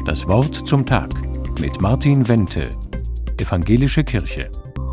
Das Wort zum Tag mit Martin Wente, Evangelische Kirche.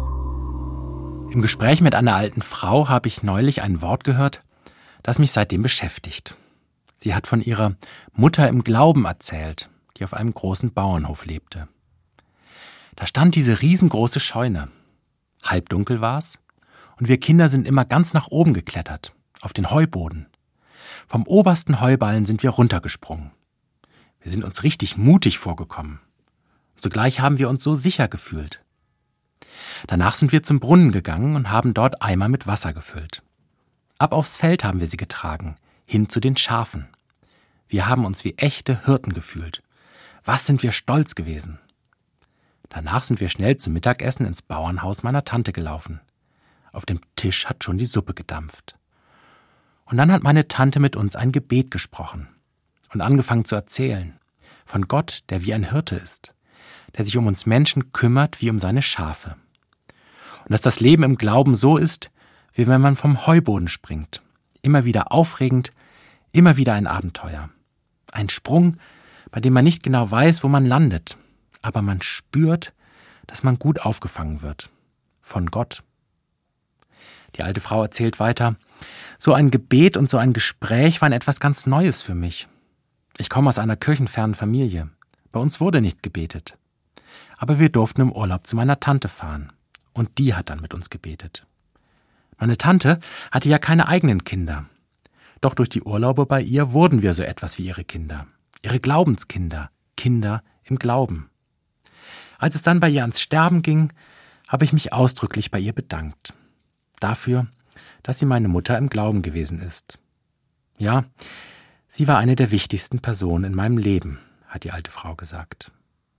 Im Gespräch mit einer alten Frau habe ich neulich ein Wort gehört, das mich seitdem beschäftigt. Sie hat von ihrer Mutter im Glauben erzählt, die auf einem großen Bauernhof lebte. Da stand diese riesengroße Scheune. Halbdunkel war es und wir Kinder sind immer ganz nach oben geklettert, auf den Heuboden. Vom obersten Heuballen sind wir runtergesprungen. Wir sind uns richtig mutig vorgekommen. Zugleich haben wir uns so sicher gefühlt. Danach sind wir zum Brunnen gegangen und haben dort Eimer mit Wasser gefüllt. Ab aufs Feld haben wir sie getragen, hin zu den Schafen. Wir haben uns wie echte Hirten gefühlt. Was sind wir stolz gewesen. Danach sind wir schnell zum Mittagessen ins Bauernhaus meiner Tante gelaufen. Auf dem Tisch hat schon die Suppe gedampft. Und dann hat meine Tante mit uns ein Gebet gesprochen und angefangen zu erzählen von Gott, der wie ein Hirte ist, der sich um uns Menschen kümmert wie um seine Schafe. Und dass das Leben im Glauben so ist, wie wenn man vom Heuboden springt. Immer wieder aufregend, immer wieder ein Abenteuer. Ein Sprung, bei dem man nicht genau weiß, wo man landet, aber man spürt, dass man gut aufgefangen wird. Von Gott. Die alte Frau erzählt weiter, so ein Gebet und so ein Gespräch waren etwas ganz Neues für mich. Ich komme aus einer kirchenfernen Familie. Bei uns wurde nicht gebetet. Aber wir durften im Urlaub zu meiner Tante fahren. Und die hat dann mit uns gebetet. Meine Tante hatte ja keine eigenen Kinder. Doch durch die Urlaube bei ihr wurden wir so etwas wie ihre Kinder. Ihre Glaubenskinder, Kinder im Glauben. Als es dann bei ihr ans Sterben ging, habe ich mich ausdrücklich bei ihr bedankt. Dafür, dass sie meine Mutter im Glauben gewesen ist. Ja, sie war eine der wichtigsten Personen in meinem Leben, hat die alte Frau gesagt.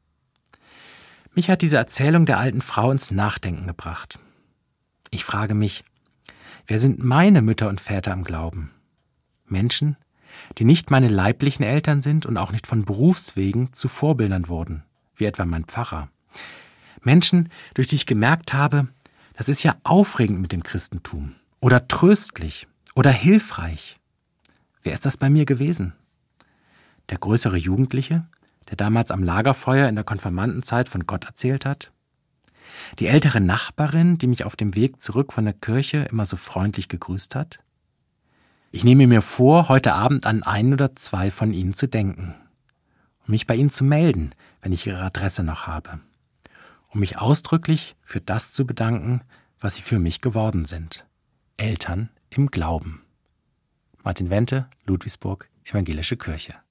Mich hat diese Erzählung der alten Frau ins Nachdenken gebracht. Ich frage mich, wer sind meine Mütter und Väter im Glauben? Menschen, die nicht meine leiblichen Eltern sind und auch nicht von Berufswegen zu Vorbildern wurden, wie etwa mein Pfarrer. Menschen, durch die ich gemerkt habe, das ist ja aufregend mit dem Christentum oder tröstlich oder hilfreich. Wer ist das bei mir gewesen? Der größere Jugendliche, der damals am Lagerfeuer in der Konfirmandenzeit von Gott erzählt hat? Die ältere Nachbarin, die mich auf dem Weg zurück von der Kirche immer so freundlich gegrüßt hat? Ich nehme mir vor, heute Abend an einen oder zwei von ihnen zu denken, um mich bei ihnen zu melden, wenn ich ihre Adresse noch habe, um mich ausdrücklich für das zu bedanken, was sie für mich geworden sind. Eltern im Glauben. Martin Wente, Ludwigsburg, Evangelische Kirche.